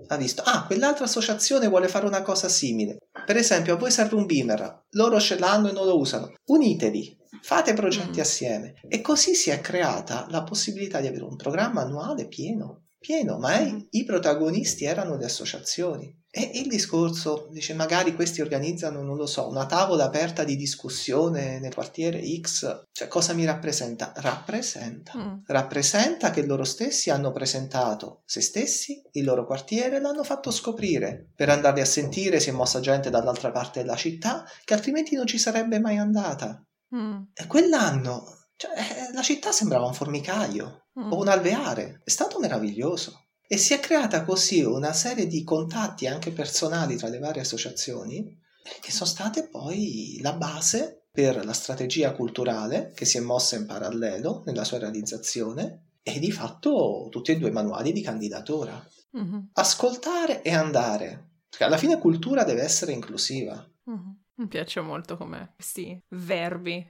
ha visto, ah, quell'altra associazione vuole fare una cosa simile. Per esempio, a voi serve un beamer, loro ce l'hanno e non lo usano. Unitevi, fate progetti mm. assieme. E così si è creata la possibilità di avere un programma annuale pieno, pieno, ma è, mm. i protagonisti erano le associazioni. E il discorso, dice, magari questi organizzano, non lo so, una tavola aperta di discussione nel quartiere X. Cioè, cosa mi rappresenta? Rappresenta. Mm. Rappresenta che loro stessi hanno presentato se stessi, il loro quartiere, l'hanno fatto scoprire. Per andarli a sentire si è mossa gente dall'altra parte della città, che altrimenti non ci sarebbe mai andata. Mm. E quell'anno, cioè, la città sembrava un formicaio mm. o un alveare. È stato meraviglioso. E si è creata così una serie di contatti anche personali tra le varie associazioni che sono state poi la base per la strategia culturale che si è mossa in parallelo nella sua realizzazione e di fatto tutti e due i manuali di candidatura. Mm-hmm. Ascoltare e andare. Perché alla fine cultura deve essere inclusiva. Mm-hmm. Mi piace molto come questi verbi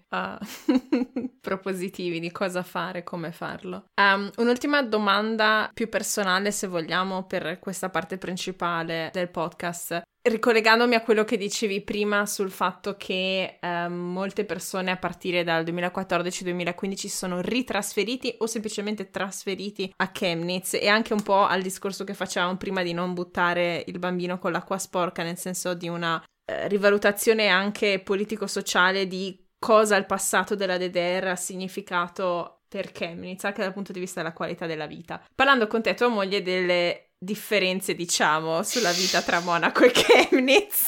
uh, propositivi di cosa fare, come farlo. Um, un'ultima domanda più personale, se vogliamo, per questa parte principale del podcast. Ricollegandomi a quello che dicevi prima sul fatto che um, molte persone a partire dal duemilaquattordici duemilaquindici sono ritrasferiti o semplicemente trasferiti a Chemnitz, e anche un po' al discorso che facevamo prima di non buttare il bambino con l'acqua sporca, nel senso di una rivalutazione anche politico-sociale di cosa il passato della D D R ha significato per Chemnitz, anche dal punto di vista della qualità della vita. Parlando con te, tua moglie, delle differenze, diciamo, sulla vita tra Monaco e Chemnitz,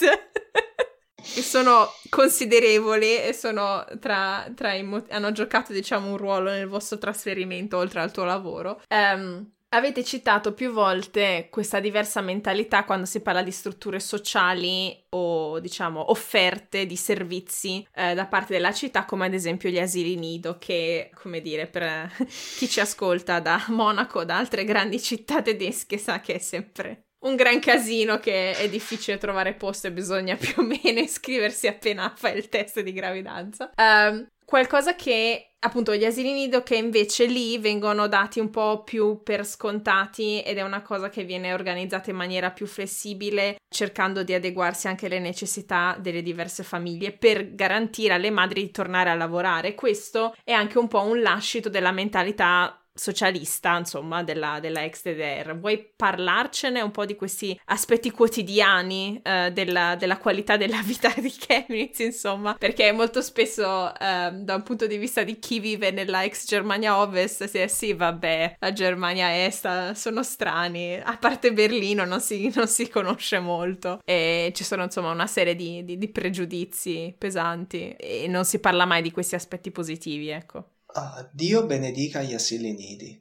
che sono considerevoli e sono tra, tra i mo- hanno giocato, diciamo, un ruolo nel vostro trasferimento oltre al tuo lavoro. Um, Avete citato più volte questa diversa mentalità quando si parla di strutture sociali o, diciamo, offerte di servizi eh, da parte della città, come ad esempio gli asili nido, che, come dire, per chi ci ascolta da Monaco, da altre grandi città tedesche, sa che è sempre un gran casino, che è difficile trovare posto e bisogna più o meno iscriversi appena fai il test di gravidanza. Um, Qualcosa che, appunto, gli asili nido che invece lì vengono dati un po' più per scontati, ed è una cosa che viene organizzata in maniera più flessibile, cercando di adeguarsi anche alle necessità delle diverse famiglie per garantire alle madri di tornare a lavorare. Questo è anche un po' un lascito della mentalità socialista, insomma, della, della ex D D R. Vuoi parlarcene un po' di questi aspetti quotidiani eh, della, della qualità della vita di Chemnitz, insomma, perché molto spesso eh, da un punto di vista di chi vive nella ex Germania Ovest si è sì, vabbè, la Germania Est sono strani, a parte Berlino non si, non si conosce molto e ci sono, insomma, una serie di, di, di pregiudizi pesanti e non si parla mai di questi aspetti positivi, ecco. Ah, Dio benedica gli asili nidi.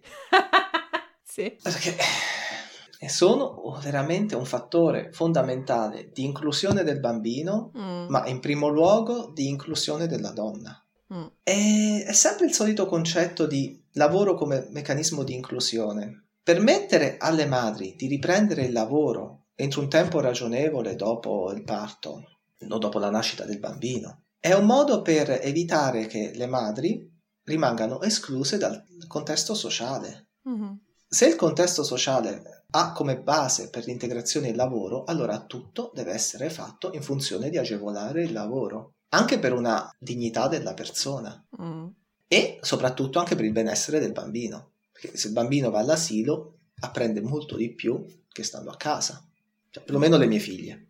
Sì. Perché sono veramente un fattore fondamentale di inclusione del bambino, mm. ma in primo luogo di inclusione della donna. Mm. E è sempre il solito concetto di lavoro come meccanismo di inclusione. Permettere alle madri di riprendere il lavoro entro un tempo ragionevole dopo il parto, non dopo la nascita del bambino, è un modo per evitare che le madri rimangano escluse dal contesto sociale. Mm-hmm. Se il contesto sociale ha come base per l'integrazione il lavoro, allora tutto deve essere fatto in funzione di agevolare il lavoro, anche per una dignità della persona mm. e soprattutto anche per il benessere del bambino, perché se il bambino va all'asilo apprende molto di più che stando a casa, cioè, perlomeno le mie figlie.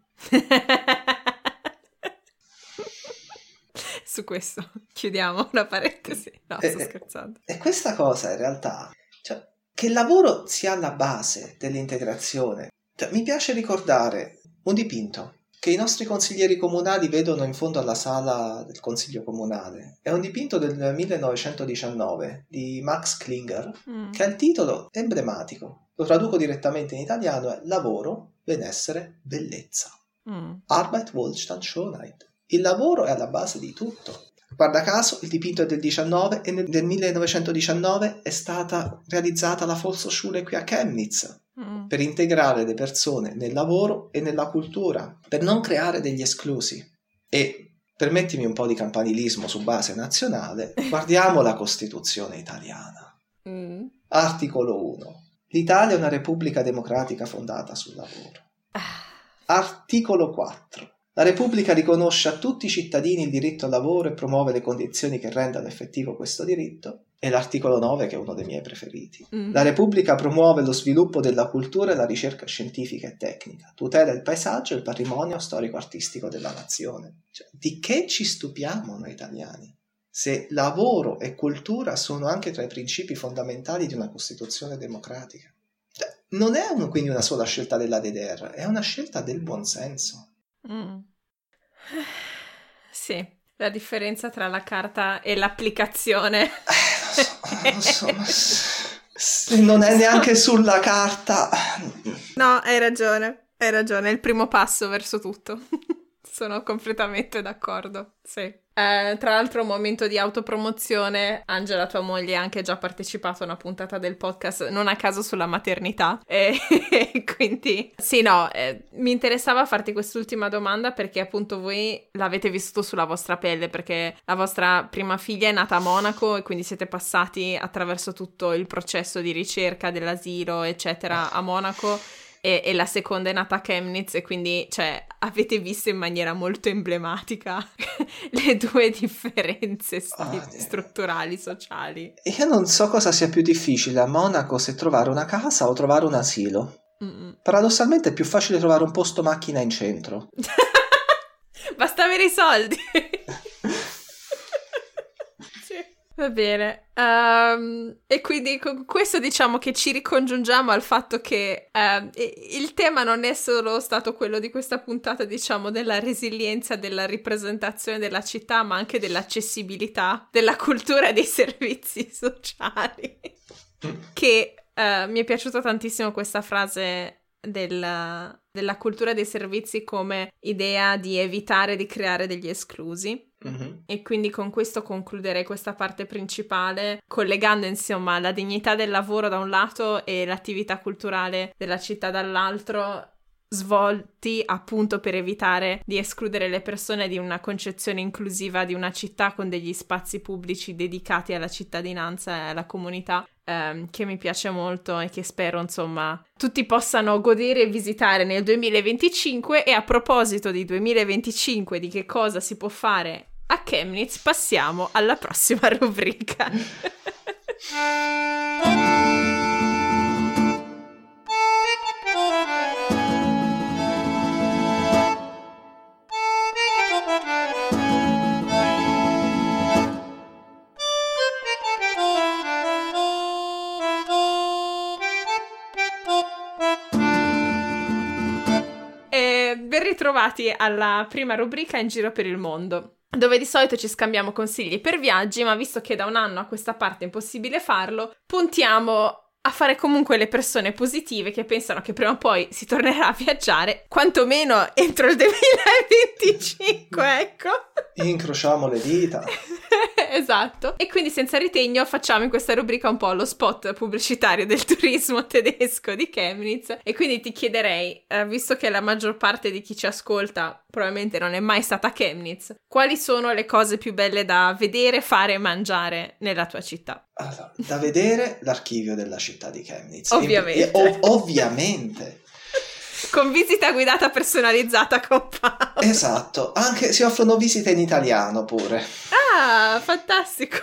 Su questo chiudiamo una parentesi. No, sto e, scherzando. E questa cosa in realtà, cioè, che il lavoro sia alla base dell'integrazione. Cioè, mi piace ricordare un dipinto che i nostri consiglieri comunali vedono in fondo alla sala del consiglio comunale. È un dipinto del millenovecentodiciannove di Max Klinger, mm. che ha il titolo emblematico. Lo traduco direttamente in italiano, è Lavoro, benessere, bellezza. Mm. Arbeit, Wohlstand, Schönheit. Il lavoro è alla base di tutto. Guarda caso, il dipinto è del diciannove e nel millenovecentodiciannove è stata realizzata la Volkshochschule qui a Chemnitz mm. per integrare le persone nel lavoro e nella cultura, per non creare degli esclusi. E, permettimi un po' di campanilismo su base nazionale, guardiamo la Costituzione italiana. Mm. Articolo uno. L'Italia è una repubblica democratica fondata sul lavoro. Articolo quattro. La Repubblica riconosce a tutti i cittadini il diritto al lavoro e promuove le condizioni che rendano effettivo questo diritto. E l'articolo nove, che è uno dei miei preferiti. Mm. La Repubblica promuove lo sviluppo della cultura e la ricerca scientifica e tecnica, tutela il paesaggio e il patrimonio storico-artistico della nazione. Cioè, di che ci stupiamo noi italiani? Se lavoro e cultura sono anche tra i principi fondamentali di una Costituzione democratica. Cioè, non è un, quindi una sola scelta della D D R, è una scelta del buonsenso. Mm. Sì, la differenza tra la carta e l'applicazione. Eh, lo so, lo so. Se non è neanche sulla carta. No, hai ragione, hai ragione, è il primo passo verso tutto. Sono completamente d'accordo, sì. Eh, tra l'altro, un momento di autopromozione. Angela, tua moglie, ha anche già partecipato a una puntata del podcast, non a caso sulla maternità. E quindi, sì, no, eh, mi interessava farti quest'ultima domanda perché appunto voi l'avete vissuto sulla vostra pelle, perché la vostra prima figlia è nata a Monaco e quindi siete passati attraverso tutto il processo di ricerca dell'asilo, eccetera, a Monaco. E, e la seconda è nata a Chemnitz e quindi, cioè, avete visto in maniera molto emblematica le due differenze st- oh, strutturali, sociali. Io non so cosa sia più difficile a Monaco, se trovare una casa o trovare un asilo. Mm-mm. Paradossalmente è più facile trovare un posto macchina in centro. Basta avere i soldi. Va bene, um, e quindi con questo diciamo che ci ricongiungiamo al fatto che uh, il tema non è solo stato quello di questa puntata, diciamo, della resilienza, della ripresentazione della città, ma anche dell'accessibilità, della cultura e dei servizi sociali. Che uh, mi è piaciuta tantissimo questa frase del, della cultura dei servizi come idea di evitare di creare degli esclusi. Mm-hmm. E quindi con questo concluderei questa parte principale, collegando insomma la dignità del lavoro da un lato e l'attività culturale della città dall'altro, svolti appunto per evitare di escludere le persone di una concezione inclusiva di una città con degli spazi pubblici dedicati alla cittadinanza e alla comunità, ehm, che mi piace molto e che spero insomma tutti possano godere e visitare nel duemilaventicinque. E a proposito di duemilaventicinque, di che cosa si può fare a Chemnitz, passiamo alla prossima rubrica. E ben ritrovati alla prima rubrica In Giro per il Mondo, dove di solito ci scambiamo consigli per viaggi, ma visto che da un anno a questa parte è impossibile farlo, puntiamo a fare comunque le persone positive che pensano che prima o poi si tornerà a viaggiare, quantomeno entro il duemilaventicinque, ecco. Incrociamo le dita. Esatto. E quindi senza ritegno facciamo in questa rubrica un po' lo spot pubblicitario del turismo tedesco di Chemnitz. E quindi ti chiederei, eh, visto che la maggior parte di chi ci ascolta probabilmente non è mai stata a Chemnitz, quali sono le cose più belle da vedere, fare e mangiare nella tua città? Allora, da vedere l'archivio della città di Chemnitz. Ovviamente. E, ov- ovviamente. Con visita guidata personalizzata con Paolo. Esatto, anche si offrono visite in italiano pure. Ah, fantastico.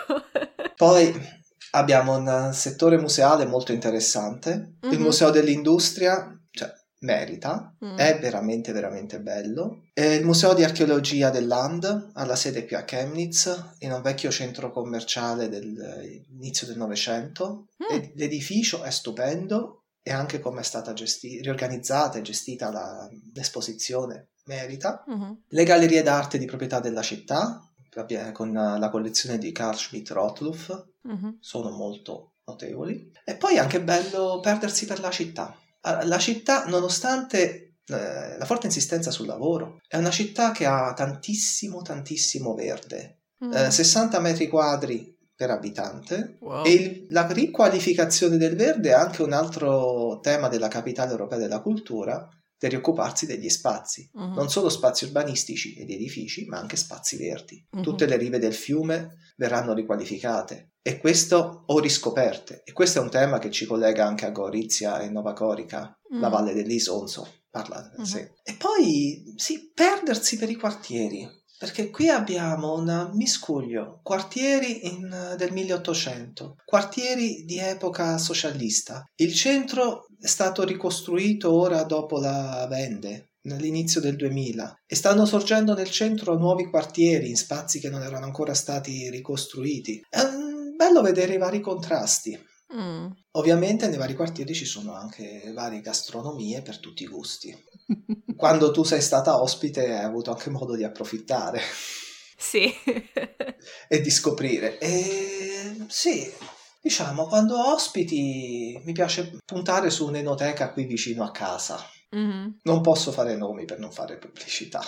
Poi abbiamo un settore museale molto interessante, mm-hmm. il Museo dell'Industria, cioè merita, mm. è veramente veramente bello. E il Museo di Archeologia del Land ha la sede qui a Chemnitz, in un vecchio centro commerciale dell'inizio del Novecento. Mm. L'edificio è stupendo. E anche come è stata gesti- riorganizzata e gestita la, l'esposizione merita. Uh-huh. Le gallerie d'arte di proprietà della città, con la collezione di Carl Schmidt-Rottluff, uh-huh. sono molto notevoli. E poi è anche bello perdersi per la città. La città, nonostante eh, la forte insistenza sul lavoro, è una città che ha tantissimo, tantissimo verde. Uh-huh. Eh, sessanta metri quadri per abitante. Wow. E il, la riqualificazione del verde è anche un altro tema della capitale europea della cultura, di rioccuparsi degli spazi, uh-huh. non solo spazi urbanistici e di edifici, ma anche spazi verdi. Uh-huh. Tutte le rive del fiume verranno riqualificate e questo o riscoperte, e questo è un tema che ci collega anche a Gorizia e Nova Gorica, uh-huh. la Valle dell'Isonzo, parla uh-huh. sì. E poi sì, perdersi per i quartieri, perché qui abbiamo un miscuglio, quartieri in, del milleottocento, quartieri di epoca socialista. Il centro è stato ricostruito ora dopo la Wende, all'inizio del duemila, e stanno sorgendo nel centro nuovi quartieri in spazi che non erano ancora stati ricostruiti. È un bello vedere i vari contrasti. Mm. Ovviamente nei vari quartieri ci sono anche varie gastronomie per tutti i gusti. Quando tu sei stata ospite hai avuto anche modo di approfittare. Sì. E di scoprire. E sì, diciamo, quando ospiti mi piace puntare su un'enoteca qui vicino a casa. Mm-hmm. Non posso fare nomi per non fare pubblicità.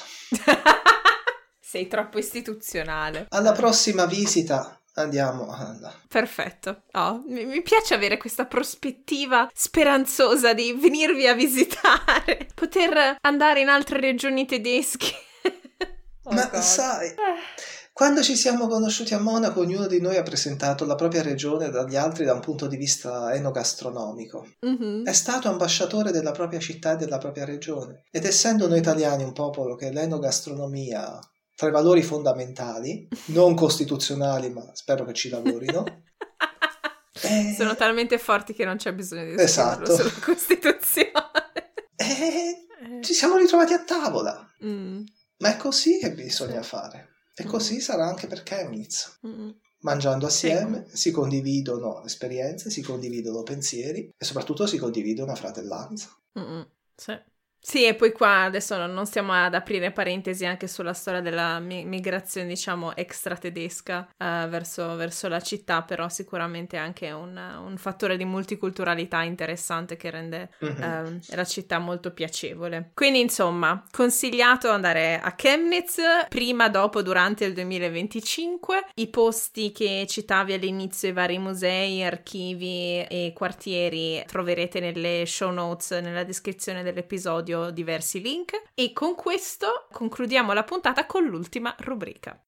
Sei troppo istituzionale. Alla prossima visita andiamo. Perfetto. Oh, mi, mi piace avere questa prospettiva speranzosa di venirvi a visitare, poter andare in altre regioni tedesche. Oh Ma God. sai, quando ci siamo conosciuti a Monaco, ognuno di noi ha presentato la propria regione dagli altri da un punto di vista enogastronomico. Mm-hmm. È stato ambasciatore della propria città e della propria regione. Ed essendo noi italiani un popolo che l'enogastronomia tra i valori fondamentali, non costituzionali, ma spero che ci lavorino. e... Sono talmente forti che non c'è bisogno di esatto. sulla Costituzione. E ci siamo ritrovati a tavola. Mm. Ma è così che bisogna fare. E così mm. sarà anche per Chemnitz. Mm. Mangiando assieme sì. si condividono esperienze, si condividono pensieri e soprattutto si condivide una fratellanza. Mm-mm. Sì. Sì, e poi qua adesso non stiamo ad aprire parentesi anche sulla storia della mi- migrazione, diciamo, extra tedesca uh, verso, verso la città, però sicuramente anche un, un fattore di multiculturalità interessante che rende mm-hmm. uh, la città molto piacevole. Quindi, insomma, consigliato andare a Chemnitz prima, dopo, durante il duemilaventicinque. I posti che citavi all'inizio, i vari musei, archivi e quartieri, troverete nelle show notes, nella descrizione dell'episodio, diversi link, e con questo concludiamo la puntata con l'ultima rubrica.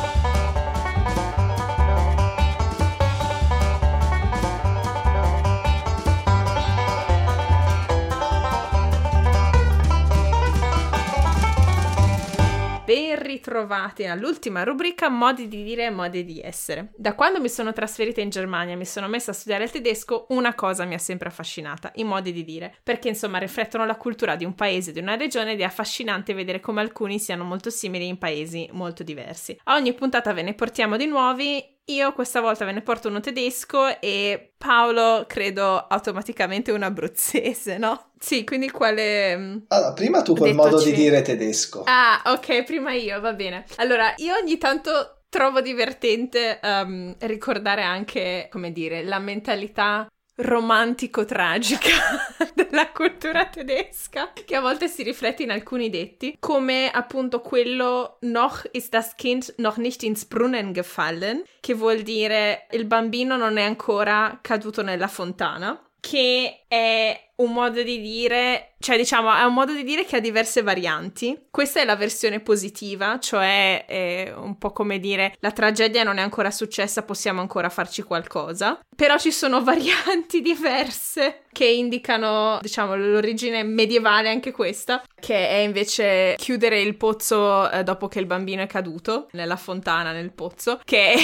Ben ritrovati all'ultima rubrica, modi di dire e modi di essere. Da quando mi sono trasferita in Germania e mi sono messa a studiare il tedesco, una cosa mi ha sempre affascinata, i modi di dire, perché insomma riflettono la cultura di un paese, di una regione, ed è affascinante vedere come alcuni siano molto simili in paesi molto diversi. A ogni puntata ve ne portiamo di nuovi. Io questa volta ve ne porto uno tedesco e Paolo credo automaticamente un abruzzese, no? Sì, quindi quale... Allora, prima tu col modo di dire tedesco. Ah, ok, prima io, va bene. Allora, io ogni tanto trovo divertente um, ricordare anche, come dire, la mentalità romantico-tragica della cultura tedesca, che a volte si riflette in alcuni detti, come appunto quello noch ist das Kind noch nicht ins Brunnen gefallen, che vuol dire il bambino non è ancora caduto nella fontana, che è un modo di dire, cioè diciamo è un modo di dire che ha diverse varianti. Questa è la versione positiva, cioè è un po' come dire la tragedia non è ancora successa, possiamo ancora farci qualcosa. Però ci sono varianti diverse che indicano, diciamo, l'origine medievale, anche questa, che è invece chiudere il pozzo eh, dopo che il bambino è caduto nella fontana, nel pozzo, che è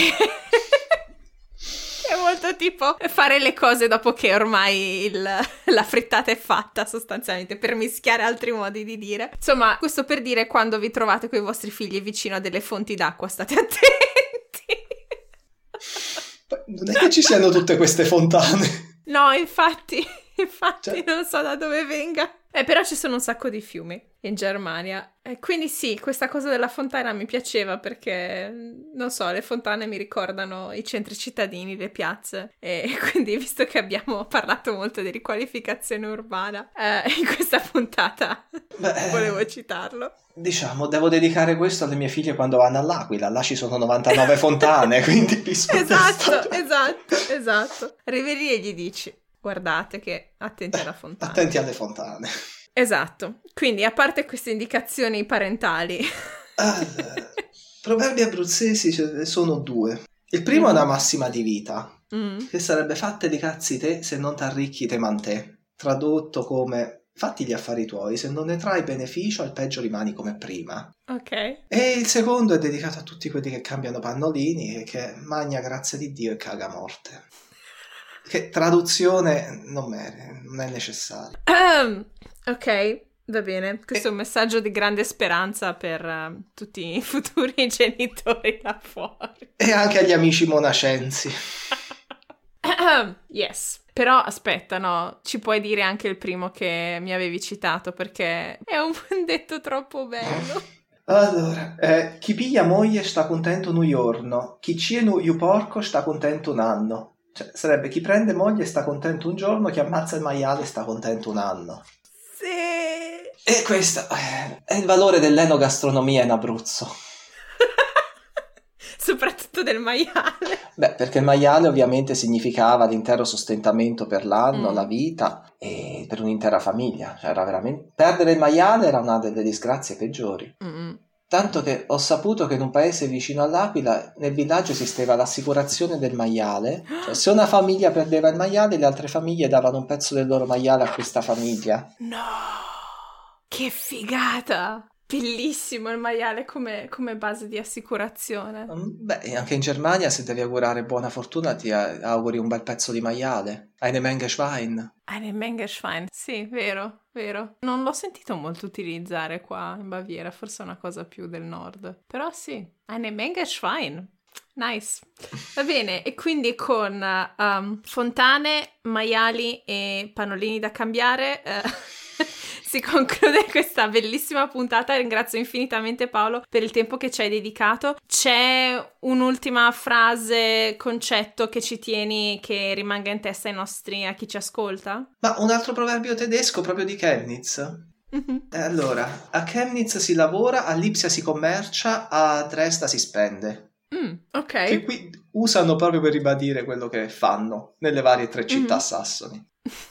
è molto tipo fare le cose dopo che ormai il, la frittata è fatta, sostanzialmente, per mischiare altri modi di dire. Insomma, questo per dire, quando vi trovate con i vostri figli vicino a delle fonti d'acqua, state attenti. Non è che ci siano tutte queste fontane. No, infatti, infatti cioè... non so da dove venga. Eh, però ci sono un sacco di fiumi in Germania. E quindi sì, questa cosa della fontana mi piaceva perché, non so, le fontane mi ricordano i centri cittadini, le piazze. E quindi, visto che abbiamo parlato molto di riqualificazione urbana, eh, in questa puntata Beh, volevo citarlo. Diciamo, devo dedicare questo alle mie figlie quando vanno all'Aquila. Là ci sono novantanove fontane, quindi vi Esatto, esatto, esatto. Riveli e gli dici: guardate che attenti alla fontana. Attenti alle fontane. Esatto, quindi a parte queste indicazioni parentali... Allora, proverbi abruzzesi ce ne sono due. Il primo mm. è una massima di vita, mm. che sarebbe fatte di cazzi te se non t'arricchi te mantè. Tradotto come fatti gli affari tuoi, se non ne trai beneficio al peggio rimani come prima. Ok. E il secondo è dedicato a tutti quelli che cambiano pannolini e che magna grazia di Dio e caga morte. Che traduzione non è, non è necessaria. Um, ok. Va bene, questo è un messaggio di grande speranza per uh, tutti i futuri genitori là fuori. E anche agli amici monacensi. Yes, però aspetta, no, ci puoi dire anche il primo che mi avevi citato perché è un detto troppo bello. Allora, eh, chi piglia moglie sta contento un giorno, chi cienu iu porco sta contento un anno. Cioè, sarebbe chi prende moglie sta contento un giorno, chi ammazza il maiale sta contento un anno. Sì. E questo è il valore dell'enogastronomia in Abruzzo. Soprattutto del maiale. Beh, perché il maiale ovviamente significava l'intero sostentamento per l'anno, mm. la vita e per un'intera famiglia. Cioè, era veramente... Perdere il maiale era una delle disgrazie peggiori. Mm. Tanto che ho saputo che in un paese vicino all'Aquila, nel villaggio esisteva l'assicurazione del maiale. Cioè, se una famiglia perdeva il maiale, le altre famiglie davano un pezzo del loro maiale a questa famiglia. No! Che figata! Bellissimo il maiale come, come base di assicurazione. Beh, anche in Germania se devi augurare buona fortuna ti auguri un bel pezzo di maiale. Eine Menge Schwein. Eine Menge Schwein, sì, vero, vero. Non l'ho sentito molto utilizzare qua in Baviera, forse è una cosa più del nord. Però sì, Eine Menge Schwein. Nice. Va bene, e quindi con um, fontane, maiali e pannolini da cambiare... Uh... si conclude questa bellissima puntata. Ringrazio infinitamente Paolo per il tempo che ci hai dedicato. C'è un'ultima frase, concetto che ci tieni che rimanga in testa ai nostri, a chi ci ascolta? Ma un altro proverbio tedesco proprio di Chemnitz. Mm-hmm. Allora, a Chemnitz si lavora, a Lipsia si commercia, a Dresda si spende. Mm, ok. Che qui usano proprio per ribadire quello che fanno nelle varie tre città mm-hmm. sassoni.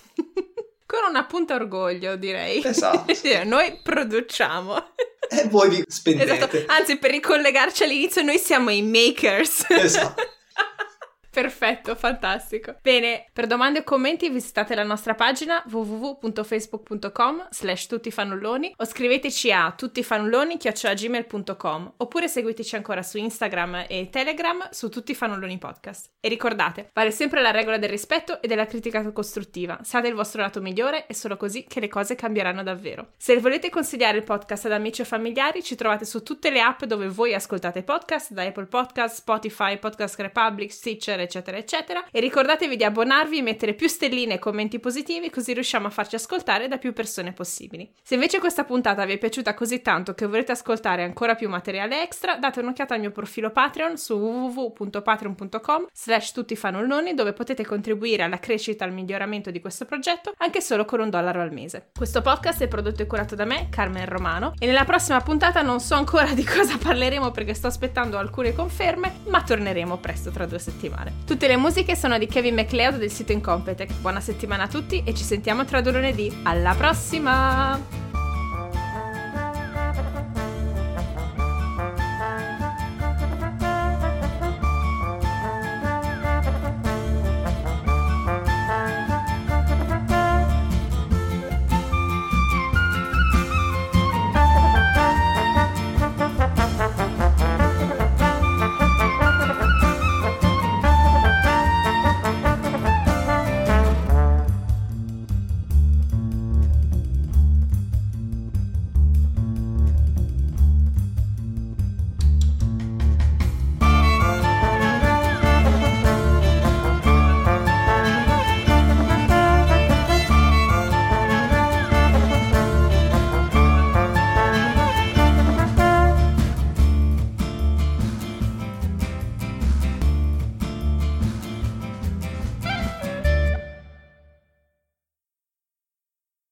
Con una punta orgoglio, direi. Esatto. Noi produciamo. E voi vi spendete. Esatto. Anzi, per ricollegarci all'inizio, noi siamo i makers. Esatto. Perfetto, fantastico. Bene, per domande o commenti visitate la nostra pagina w w w punto facebook punto com slash tuttifannulloni o scriveteci a tuttifannulloni chiocciola gmail punto com oppure seguiteci ancora su Instagram e Telegram su Tuttifannulloni Podcast. E ricordate, vale sempre la regola del rispetto e della critica costruttiva. Siate il vostro lato migliore, è solo così che le cose cambieranno davvero. Se volete consigliare il podcast ad amici o familiari, ci trovate su tutte le app dove voi ascoltate podcast, da Apple Podcast, Spotify, Podcast Republic, Stitcher, eccetera eccetera, e ricordatevi di abbonarvi, mettere più stelline e commenti positivi così riusciamo a farci ascoltare da più persone possibili. Se invece questa puntata vi è piaciuta così tanto che volete ascoltare ancora più materiale extra, date un'occhiata al mio profilo Patreon su w w w punto patreon punto com slash tuttifannulloni dove potete contribuire alla crescita e al miglioramento di questo progetto anche solo con un dollaro al mese. Questo podcast è prodotto e curato da me, Carmen Romano, e nella prossima puntata non so ancora di cosa parleremo perché sto aspettando alcune conferme, ma torneremo presto tra due settimane. Tutte le musiche sono di Kevin MacLeod del sito Incompetech. Buona settimana a tutti e ci sentiamo tra due lunedì. Alla prossima!